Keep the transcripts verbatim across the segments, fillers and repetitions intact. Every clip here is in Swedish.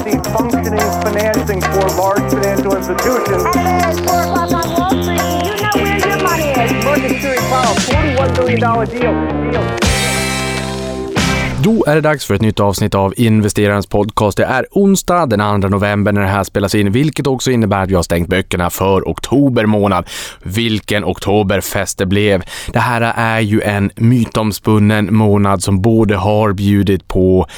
see functioning financing for large financial institutions. At four o'clock on Wall Street, you know where your money is. Market Series Powell, forty-one billion dollars deal. deal. Då är det dags för ett nytt avsnitt av Investerarens podcast. Det är onsdag den andra november när det här spelas in, vilket också innebär att vi har stängt böckerna för oktober månad. Vilken oktoberfest det blev. Det här är ju en mytomspunnen månad som både har bjudit på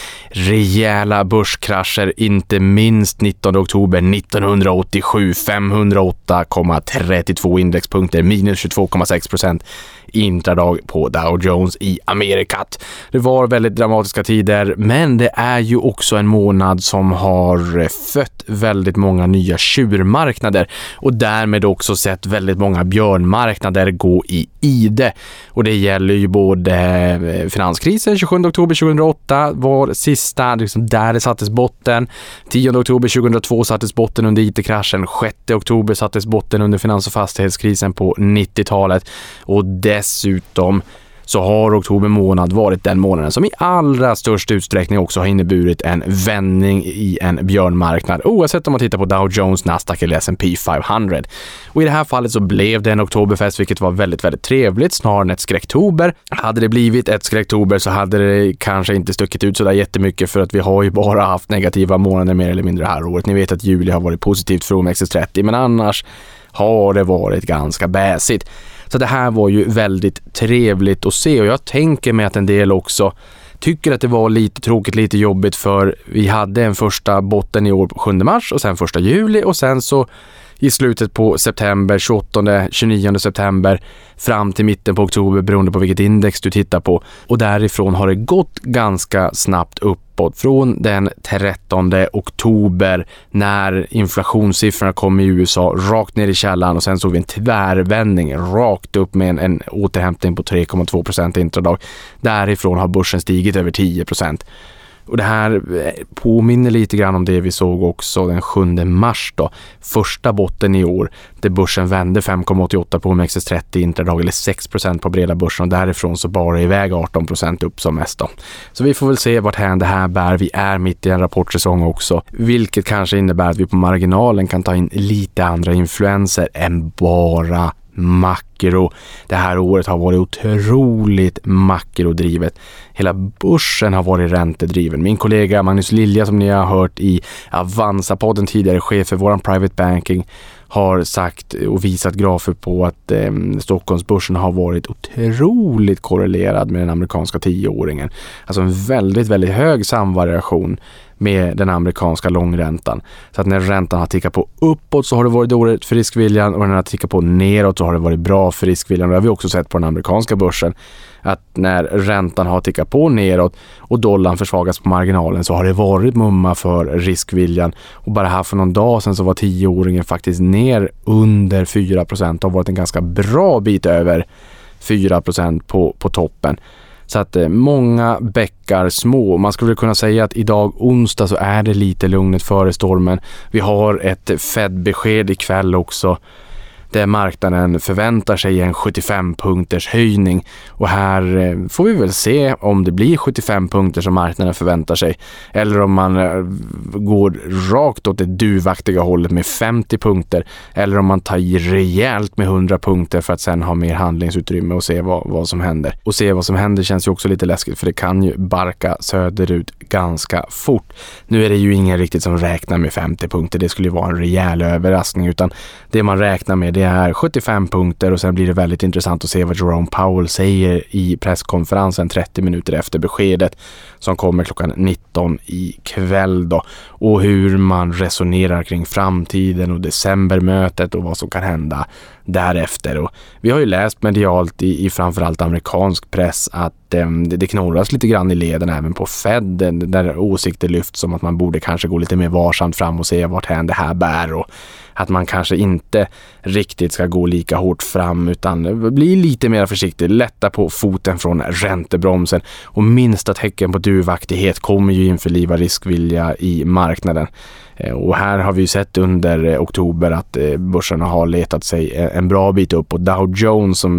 rejäla börskrascher, inte minst nittonde oktober nittonhundraåttiosju, femhundraåtta komma trettiotvå indexpunkter, minus tjugotvå komma sex procent intradag på Dow Jones i Amerikat. Det var väldigt dramatiska tider, men det är ju också en månad som har fött väldigt många nya tjurmarknader och därmed också sett väldigt många björnmarknader gå i ide. Och det gäller ju både finanskrisen tjugosjunde oktober tjugohundraåtta var sista, liksom där det sattes botten. tionde oktober tjugohundratvå sattes botten under I T-kraschen. sjätte oktober sattes botten under finans- och fastighetskrisen på nittiotalet. Och dessutom så har oktober månad varit den månaden som i allra störst utsträckning också har inneburit en vändning i en björnmarknad, oavsett om man tittar på Dow Jones, Nasdaq eller S and P femhundra. Och i det här fallet så blev det en oktoberfest, vilket var väldigt, väldigt trevligt, snarare än ett skräcktober. Hade det blivit ett skräcktober så hade det kanske inte stuckit ut så där jättemycket, för att vi har ju bara haft negativa månader mer eller mindre det här året. Ni vet att juli har varit positivt för O M X S trettio, men annars har det varit ganska bäsigt. Så det här var ju väldigt trevligt att se, och jag tänker mig att en del också tycker att det var lite tråkigt, lite jobbigt, för vi hade en första botten i år på sjunde mars och sen första juli och sen så i slutet på september, tjugoåttonde, tjugonionde september fram till mitten på oktober, beroende på vilket index du tittar på. Och därifrån har det gått ganska snabbt uppåt. Från den trettonde oktober när inflationssiffrorna kom i U S A rakt ner i källan, och sen såg vi en tvärvändning rakt upp med en, en återhämtning på tre komma två procent intradag. Därifrån har börsen stigit över tio procent. Och det här påminner lite grann om det vi såg också den sjunde mars då. Första botten i år där börsen vände fem komma åttioåtta på O M X S trettio intradag, eller sex procent på breda börsen, och därifrån så bara iväg arton procent upp som mest då. Så vi får väl se vart hän det här bär. Vi är mitt i en rapportsäsong också, vilket kanske innebär att vi på marginalen kan ta in lite andra influenser än bara makro. Det här året har varit otroligt makrodrivet. Hela börsen har varit räntedriven. Min kollega Magnus Lilja, som ni har hört i Avanza-podden tidigare, chef för våran private banking, har sagt och visat grafer på att eh, Stockholmsbörsen har varit otroligt korrelerad med den amerikanska tioåringen. Alltså en väldigt, väldigt hög samvariation med den amerikanska långräntan. Så att när räntan har tickat på uppåt så har det varit dåligt för riskviljan, och när den har tickat på neråt så har det varit bra för riskviljan. Och det har vi också sett på den amerikanska börsen, att när räntan har tickat på neråt och dollarn försvagas på marginalen så har det varit mumma för riskviljan. Och bara här för någon dag sedan så var tioåringen faktiskt ner under fyra procent. Det har varit en ganska bra bit över fyra procent på, på toppen. Så att eh, många bäckar små. Man skulle kunna säga att idag onsdag så är det lite lugnet före stormen. Vi har ett Fed-besked ikväll också, där marknaden förväntar sig en sjuttiofem punkters höjning. Och här eh, får vi väl se om det blir sjuttiofem punkter som marknaden förväntar sig, eller om man eh, går rakt åt det duvaktiga hållet med femtio punkter, eller om man tar i rejält med hundra punkter för att sen ha mer handlingsutrymme och se vad, vad som händer. Och se vad som händer känns ju också lite läskigt, för det kan ju barka söderut ganska fort. Nu är det ju ingen riktigt som räknar med femtio punkter, det skulle ju vara en rejäl överraskning, utan det man räknar med det är sjuttiofem punkter, och sen blir det väldigt intressant att se vad Jerome Powell säger i presskonferensen trettio minuter efter beskedet som kommer klockan nitton ikväll då, och hur man resonerar kring framtiden och decembermötet och vad som kan hända därefter. Och vi har ju läst medialt i, i framförallt amerikansk press att eh, det, det knorras lite grann i leden även på Fed, där åsikter lyfts som att man borde kanske gå lite mer varsamt fram och se vart hän det här bär, och att man kanske inte riktigt ska gå lika hårt fram utan bli lite mer försiktig, lätta på foten från räntebromsen, och minsta tecken på duvaktighet kommer ju införliva riskvilja i marknaden. Och här har vi ju sett under oktober att börserna har letat sig en bra bit upp, och Dow Jones som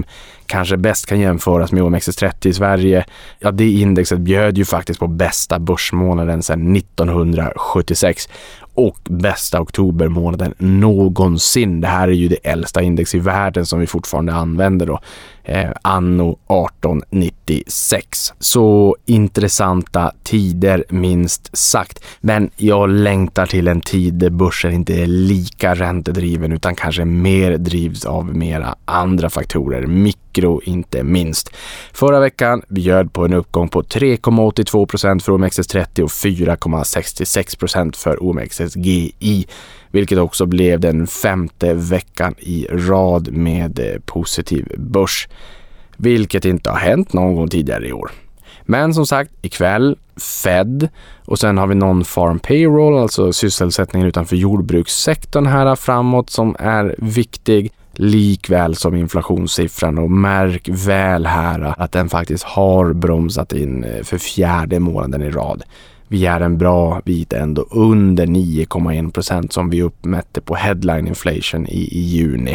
kanske bäst kan jämföras med O M X S trettio i Sverige. Ja, det indexet bjöd ju faktiskt på bästa börsmånaden sedan nittonhundrasjuttiosex och bästa oktobermånaden någonsin. Det här är ju det äldsta index i världen som vi fortfarande använder då. Eh, anno arton nittiosex. Så intressanta tider minst sagt. Men jag längtar till en tid där börsen inte är lika räntedriven utan kanske mer drivs av mera andra faktorer. Mikro inte minst. Förra veckan bjöd på en uppgång på tre komma åttiotvå procent för O M X S trettio och fyra komma sextiosex procent för O M X S G I. Vilket också blev den femte veckan i rad med positiv börs. Vilket inte har hänt någon gång tidigare i år. Men som sagt, ikväll Fed och sen har vi non-farm payroll, alltså sysselsättningen utanför jordbrukssektorn här framåt som är viktig. Likväl som inflationssiffran, och märk väl här att den faktiskt har bromsat in för fjärde månaden i rad. Vi är en bra bit ändå under nio komma en procent som vi uppmätte på headline inflation i, i juni.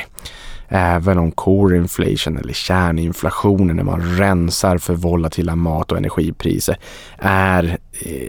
Även om core inflation eller kärninflationen när man rensar för volatila mat- och energipriser är eh,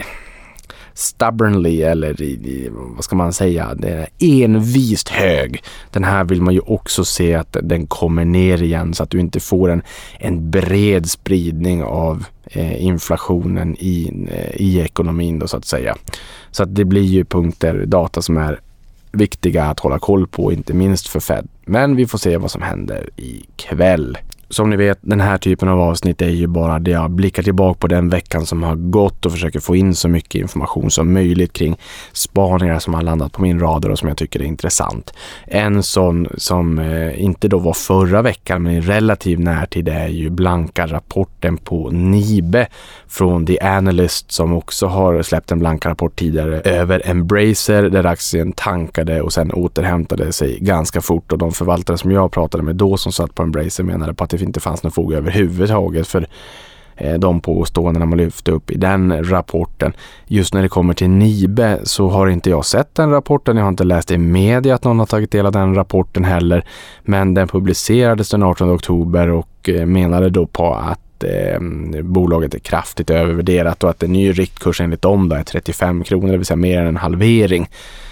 stubbornly eller i, vad ska man säga, det är envist hög. Den här vill man ju också se att den kommer ner igen så att du inte får en, en bred spridning av eh, inflationen i, eh, i ekonomin då så att säga. Så att det blir ju punkter, data som är viktiga att hålla koll på, inte minst för Fed. Men vi får se vad som händer ikväll. Som ni vet, den här typen av avsnitt är ju bara det jag blickar tillbaka på den veckan som har gått och försöker få in så mycket information som möjligt kring spaningar som har landat på min radar och som jag tycker är intressant. En sån som eh, inte då var förra veckan men i relativ närtid är ju blanka rapporten på Nibe från The Analyst som också har släppt en blanka rapport tidigare över Embracer där aktien tankade och sen återhämtade sig ganska fort, och de förvaltare som jag pratade med då som satt på Embracer menade på att det inte fanns någon fog överhuvudtaget för eh, de påståendena man lyfte upp i den rapporten. Just när det kommer till Nibe så har inte jag sett den rapporten, jag har inte läst i media att någon har tagit del av den rapporten heller, men den publicerades den artonde oktober och eh, menade då på att eh, bolaget är kraftigt övervärderat och att en ny riktkurs enligt dem då är trettiofem kronor, det vill säga mer än en halvering.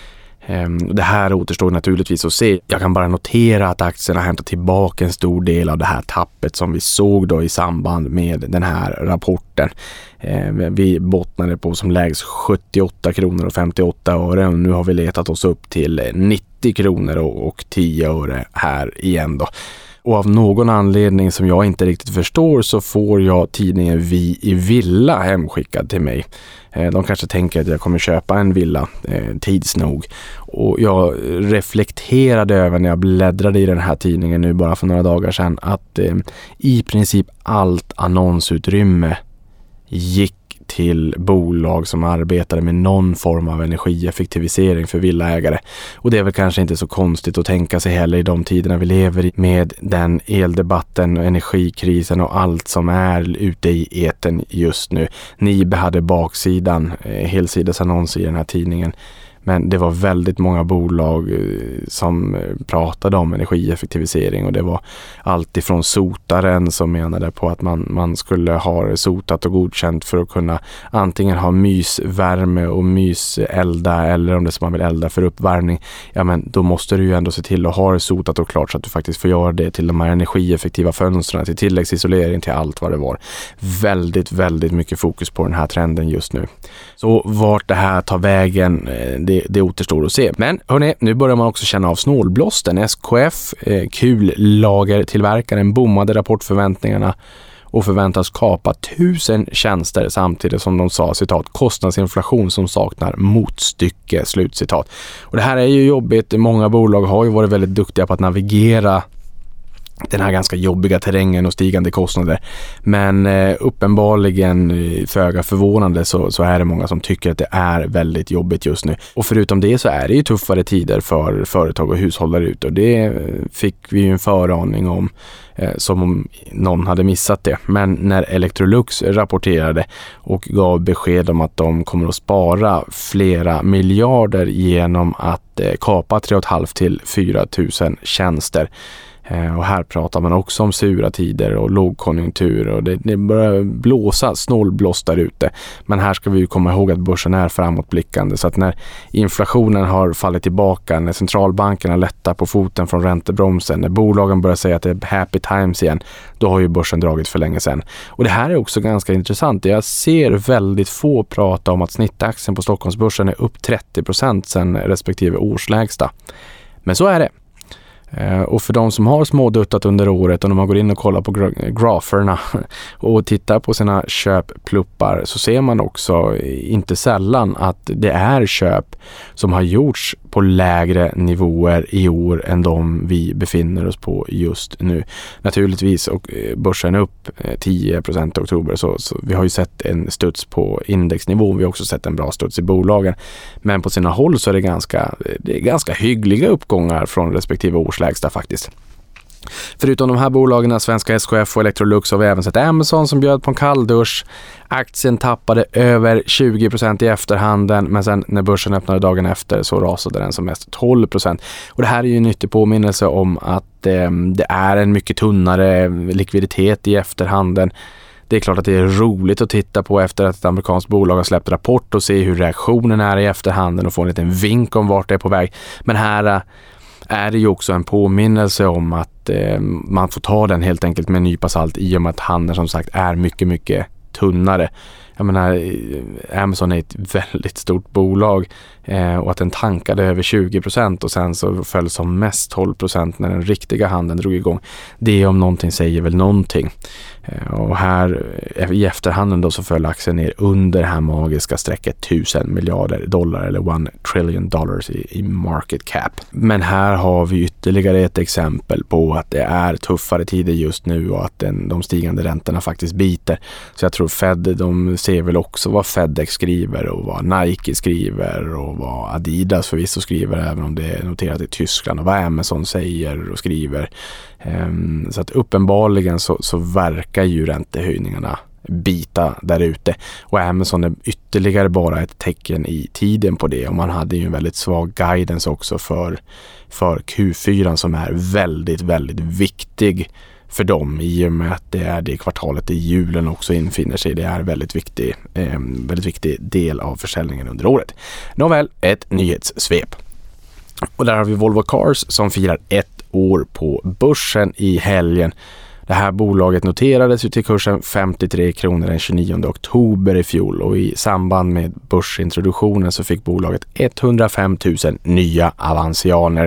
Det här återstår naturligtvis att se. Jag kan bara notera att aktien har hämtat tillbaka en stor del av det här tappet som vi såg då i samband med den här rapporten. Vi bottnade på som lägst sjuttioåtta kronor och femtioåtta öre och nu har vi letat oss upp till nittio kronor och tio öre här igen då. Och av någon anledning som jag inte riktigt förstår så får jag tidningen Vi i Villa hemskickad till mig. De kanske tänker att jag kommer köpa en villa eh, tids nog. Och jag reflekterade över när jag bläddrade i den här tidningen nu bara för några dagar sedan att eh, i princip allt annonsutrymme gick till bolag som arbetade med någon form av energieffektivisering för villaägare. Och det är väl kanske inte så konstigt att tänka sig heller i de tiderna vi lever i med den eldebatten och energikrisen och allt som är ute i eten just nu. Nibe hade baksidan, eh, helsidesannons i den här tidningen. Men det var väldigt många bolag som pratade om energieffektivisering och det var allt ifrån sotaren som menade på att man, man skulle ha sotat och godkänt för att kunna antingen ha mysvärme och myselda eller om det som man vill elda för uppvärmning. Ja, men då måste du ju ändå se till att ha det sotat och klart så att du faktiskt får göra det till de här energieffektiva fönstren, till tilläggsisolering, till allt vad det var. Väldigt, väldigt mycket fokus på den här trenden just nu. Så vart det här tar vägen, det Det, det återstår att se. Men hörni, nu börjar man också känna av snålblåsten. S K F, eh, kullagertillverkaren, bommade rapportförväntningarna och förväntas kapa tusen tjänster samtidigt som de sa, citat, kostnadsinflation som saknar motstycke, slutcitat. Och det här är ju jobbigt. Många bolag har ju varit väldigt duktiga på att navigera den här ganska jobbiga terrängen och stigande kostnader. Men eh, uppenbarligen föga förvånande så, så är det många som tycker att det är väldigt jobbigt just nu. Och förutom det så är det ju tuffare tider för företag och hushåll där ute. Och det fick vi ju en föraning om eh, som om någon hade missat det. Men när Electrolux rapporterade och gav besked om att de kommer att spara flera miljarder genom att eh, kapa tre och ett halvt till fyra tusen tjänster. Och här pratar man också om sura tider och lågkonjunktur och det, det börjar blåsa snålblåst där ute. Men här ska vi ju komma ihåg att börsen är framåtblickande, så att när inflationen har fallit tillbaka, när centralbankerna lättar på foten från räntebromsen, när bolagen börjar säga att det är happy times igen, då har ju börsen dragit för länge sedan. Och det här är också ganska intressant. Jag ser väldigt få prata om att snittaktien på Stockholmsbörsen är upp trettio procent sedan respektive årslägsta. Men så är det. Och för de som har småduttat under året och när man går in och kollar på graferna och tittar på sina köppluppar, så ser man också inte sällan att det är köp som har gjorts på lägre nivåer i år än de vi befinner oss på just nu. Naturligtvis, och börsen är upp tio procent i oktober, så, så vi har ju sett en studs på indexnivå. Vi har också sett en bra studs i bolagen. Men på sina håll så är det ganska, det är ganska hyggliga uppgångar från respektive årslägsta faktiskt. Förutom de här bolagen, svenska S K F och Electrolux, har vi även sett Amazon som bjöd på en kalldusch. Aktien tappade över tjugo procent i efterhanden, men sen när börsen öppnade dagen efter så rasade den som mest tolv procent. Och det här är ju en nyttig påminnelse om att eh, det är en mycket tunnare likviditet i efterhanden. Det är klart att det är roligt att titta på efter att ett amerikanskt bolag har släppt rapport och se hur reaktionen är i efterhanden och få en liten vink om vart det är på väg. Men här är det ju också en påminnelse om att eh, man får ta den helt enkelt med en nypa salt, i och med att handeln som sagt är mycket, mycket tunnare. Jag menar, Amazon är ett väldigt stort bolag eh, och att den tankade över tjugo procent och sen så föll som mest tolv procent när den riktiga handeln drog igång. Det om någonting säger väl någonting. Eh, och här i efterhanden då så föll aktien ner under det här magiska strecket tusen miljarder dollar eller one trillion dollars i, i market cap. Men här har vi ytterligare ett exempel på att det är tuffare tider just nu och att den, de stigande räntorna faktiskt biter. Så jag tror Fed, de ser väl också vad FedEx skriver och vad Nike skriver och vad Adidas förvisso skriver, även om det är noterat i Tyskland, och vad Amazon säger och skriver. Um, så att uppenbarligen så, så verkar ju räntehöjningarna bita där ute, och Amazon är ytterligare bara ett tecken i tiden på det, och man hade ju en väldigt svag guidance också för, för Q fyra som är väldigt, väldigt viktig för dem, i och med att det är det kvartalet i julen också infinner sig. Det är en väldigt viktig, eh, väldigt viktig del av försäljningen under året. Nåväl, ett nyhetssvep. Och där har vi Volvo Cars som firar ett år på börsen i helgen. Det här bolaget noterades ju till kursen femtiotre kronor den tjugonionde oktober i fjol, och i samband med börsintroduktionen så fick bolaget etthundrafem tusen nya avansianer.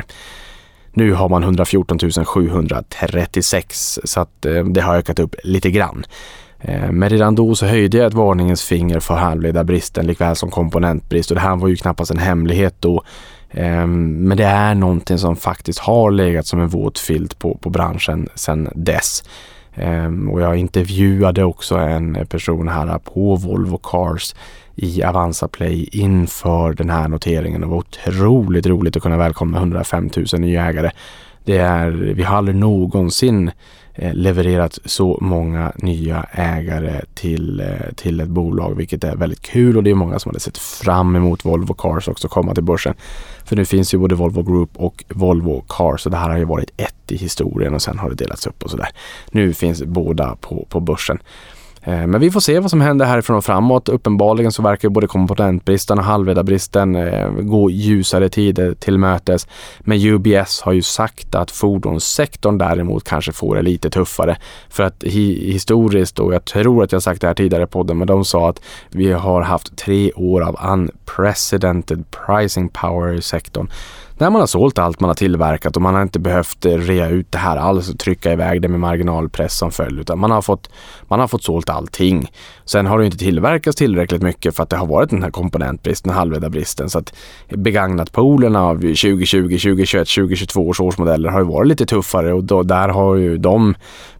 Nu har man hundrafjorton tusen sjuhundratrettiosex, så att eh, det har ökat upp lite grann. Eh, men redan då så höjde jag ett varningens finger för halvledarbristen likväl som komponentbrist, och det här var ju knappast en hemlighet då. Eh, men det är någonting som faktiskt har legat som en våt filt på, på branschen sedan dess. Eh, och jag intervjuade också en person här på Volvo Cars i Avanza Play inför den här noteringen, och det var otroligt roligt att kunna välkomna hundrafem tusen nya ägare. Det är, vi har aldrig någonsin eh, levererat så många nya ägare till, eh, till ett bolag, vilket är väldigt kul, och det är många som hade sett fram emot Volvo Cars också komma till börsen. För nu finns ju både Volvo Group och Volvo Cars, så det här har ju varit ett i historien och sen har det delats upp och sådär. Nu finns båda på, på börsen. Men vi får se vad som händer härifrån och framåt. Uppenbarligen så verkar både komponentbristen och halvledarbristen eh, gå ljusare tider till mötes. Men U B S har ju sagt att fordonssektorn däremot kanske får det lite tuffare. För att hi- historiskt, och jag tror att jag sagt det här tidigare i podden, men de sa att vi har haft tre år av unprecedented pricing power i sektorn. När man har sålt allt man har tillverkat och man har inte behövt rea ut det här alls och trycka iväg det med marginalpress som följd, utan man har fått, man har fått sålt allting. Sen har det inte tillverkats tillräckligt mycket för att det har varit den här komponentbristen, halvledarbristen, så att begagnat poolerna av tjugo tjugo, tjugo tjugoett, tjugo tjugotvå års årsmodeller har ju varit lite tuffare, och då, där har ju de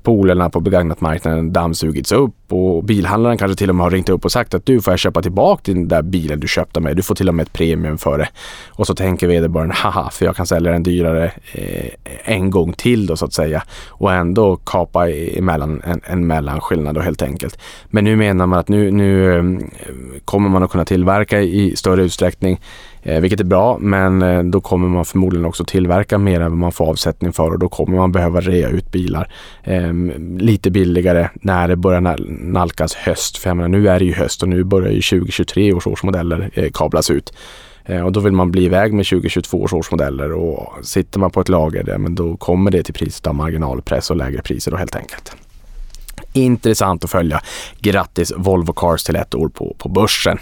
poolerna på begagnatmarknaden dammsugits upp och bilhandlaren kanske till och med har ringt upp och sagt att du får jag köpa tillbaka den där bilen du köpte med. Du får till och med ett premium för det. Och så tänker vederbörande, haha, för jag kan sälja den dyrare eh, en gång till då så att säga. Och ändå kapa emellan en, en mellanskillnad då helt enkelt. Men nu menar man att nu, nu eh, kommer man att kunna tillverka i större utsträckning. Eh, vilket är bra, men eh, då kommer man förmodligen också tillverka mer än vad man får avsättning för och då kommer man behöva rea ut bilar eh, lite billigare när det börjar nalkas höst. För jag menar, nu är det ju höst och nu börjar ju tjugo tjugotre års årsmodeller eh, kablas ut. Eh, och då vill man bli iväg med tjugo tjugotvå års årsmodeller och sitter man på ett lager där, men då kommer det till priset av marginalpress och lägre priser då helt enkelt. Intressant att följa. Grattis Volvo Cars till ett år på, på börsen.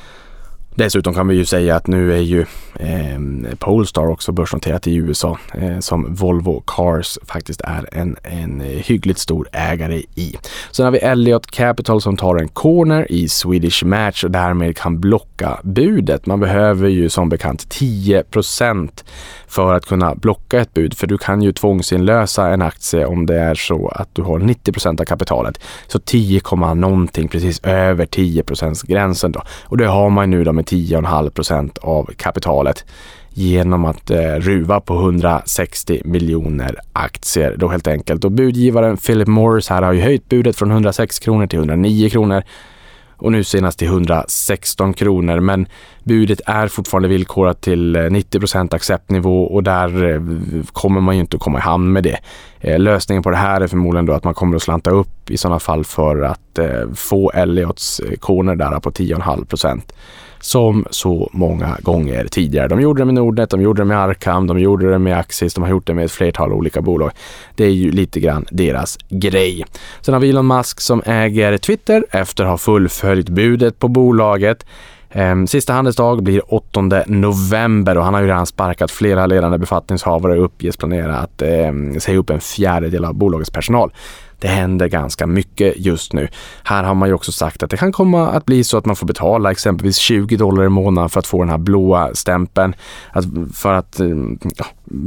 Dessutom kan vi ju säga att nu är ju eh, Polestar också börsnoterat i U S A eh, som Volvo Cars faktiskt är en, en hyggligt stor ägare i. Sen har vi Elliott Capital som tar en corner i Swedish Match och därmed kan blocka budet. Man behöver ju som bekant tio procent för att kunna blocka ett bud, för du kan ju tvångsinlösa en aktie om det är så att du har nittio procent av kapitalet. Så tio, någonting precis över tio procent gränsen då. Och det har man nu då med tio komma fem procent av kapitalet genom att eh, ruva på hundrasextio miljoner aktier då helt enkelt. Och budgivaren Philip Morris här har ju höjt budet från hundrasex kronor till hundranio kronor och nu senast till hundrasexton kronor, men budet är fortfarande villkorat till nittio procent acceptnivå och där kommer man ju inte att komma i hamn med det. Lösningen på det här är förmodligen då att man kommer att slanta upp i sådana fall för att få Elliots corner där på tio komma fem procent. Som så många gånger tidigare. De gjorde det med Nordnet, de gjorde det med Arkham, de gjorde det med Axis, de har gjort det med ett flertal olika bolag. Det är ju lite grann deras grej. Sen har vi Elon Musk som äger Twitter efter att ha fullföljt budet på bolaget. Sista handelsdag blir åttonde november och han har ju redan sparkat flera ledande befattningshavare och uppges planera att eh, säga upp en fjärdedel av bolagets personal. Det händer ganska mycket just nu. Här har man ju också sagt att det kan komma att bli så att man får betala exempelvis tjugo dollar i månaden för att få den här blåa stämpeln. Att, för att ja,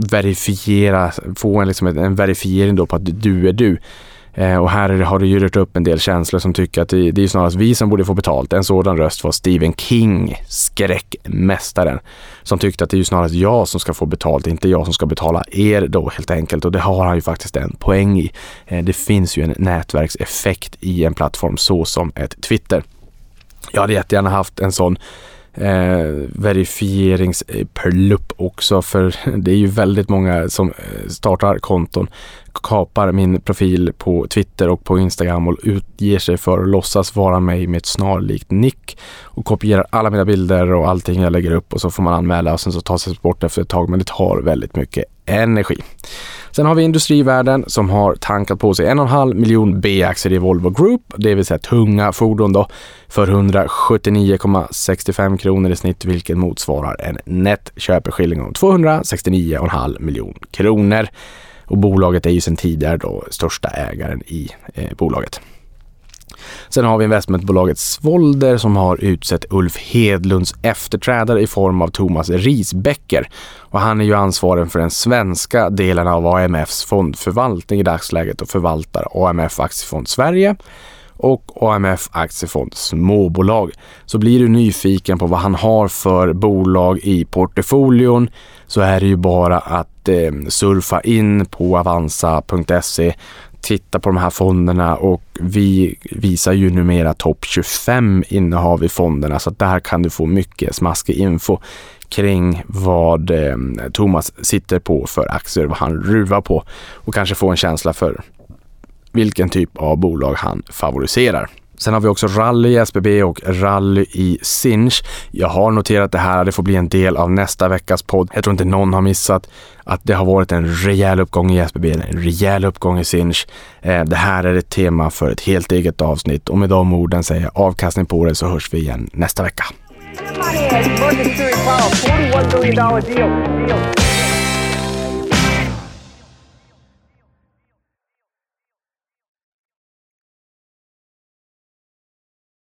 verifiera, få en, liksom en verifiering då på att du är du. Eh, och här har det ju rört upp en del känslor som tycker att det, det är snarast vi som borde få betalt. En sådan röst var Stephen King, skräckmästaren, som tyckte att det är ju snarast jag som ska få betalt, inte jag som ska betala er då helt enkelt. Och det har han ju faktiskt en poäng i. Eh, det finns ju en nätverkseffekt i en plattform så som ett Twitter. Jag hade jättegärna haft en sån Eh, verifieringsperlupp också, för det är ju väldigt många som startar konton, kapar min profil på Twitter och på Instagram och utger sig för att låtsas vara mig med ett snarlikt nick och kopierar alla mina bilder och allting jag lägger upp och så får man anmäla och sen så tas det bort efter ett tag, men det tar väldigt mycket energi. Sen har vi industrivärden som har tankat på sig en och en halv miljon B-aktier i Volvo Group, det vill säga tunga fordon då, för hundrasjuttionio komma sextiofem kronor i snitt, vilket motsvarar en nettköpeskilling om tvåhundrasextionio komma fem miljon kronor. Och bolaget är ju sedan tidigare då största ägaren i eh, bolaget. Sen har vi investmentbolaget Svolder som har utsett Ulf Hedlunds efterträdare i form av Thomas Risbecker. Och han är ju ansvarig för den svenska delen av A M F:s fondförvaltning i dagsläget och förvaltar A M F Aktiefond Sverige och A M F Aktiefond Småbolag. Så blir du nyfiken på vad han har för bolag i portföljen så är det ju bara att eh, surfa in på avanza punkt se, titta på de här fonderna och vi visar ju numera topp tjugofem innehav i fonderna, så att där kan du få mycket smaskig info kring vad eh, Thomas sitter på för aktier, vad han ruvar på och kanske få en känsla för vilken typ av bolag han favoriserar. Sen har vi också rally i S B B och rally i Sinch. Jag har noterat det här, det får bli en del av nästa veckas podd. Jag tror inte någon har missat att det har varit en rejäl uppgång i S B B, en rejäl uppgång i Sinch. Eh, det här är ett tema för ett helt eget avsnitt och med de orden säger jag avkastning på det, så hörs vi igen nästa vecka. Money, forty-one billion dollars deal. deal.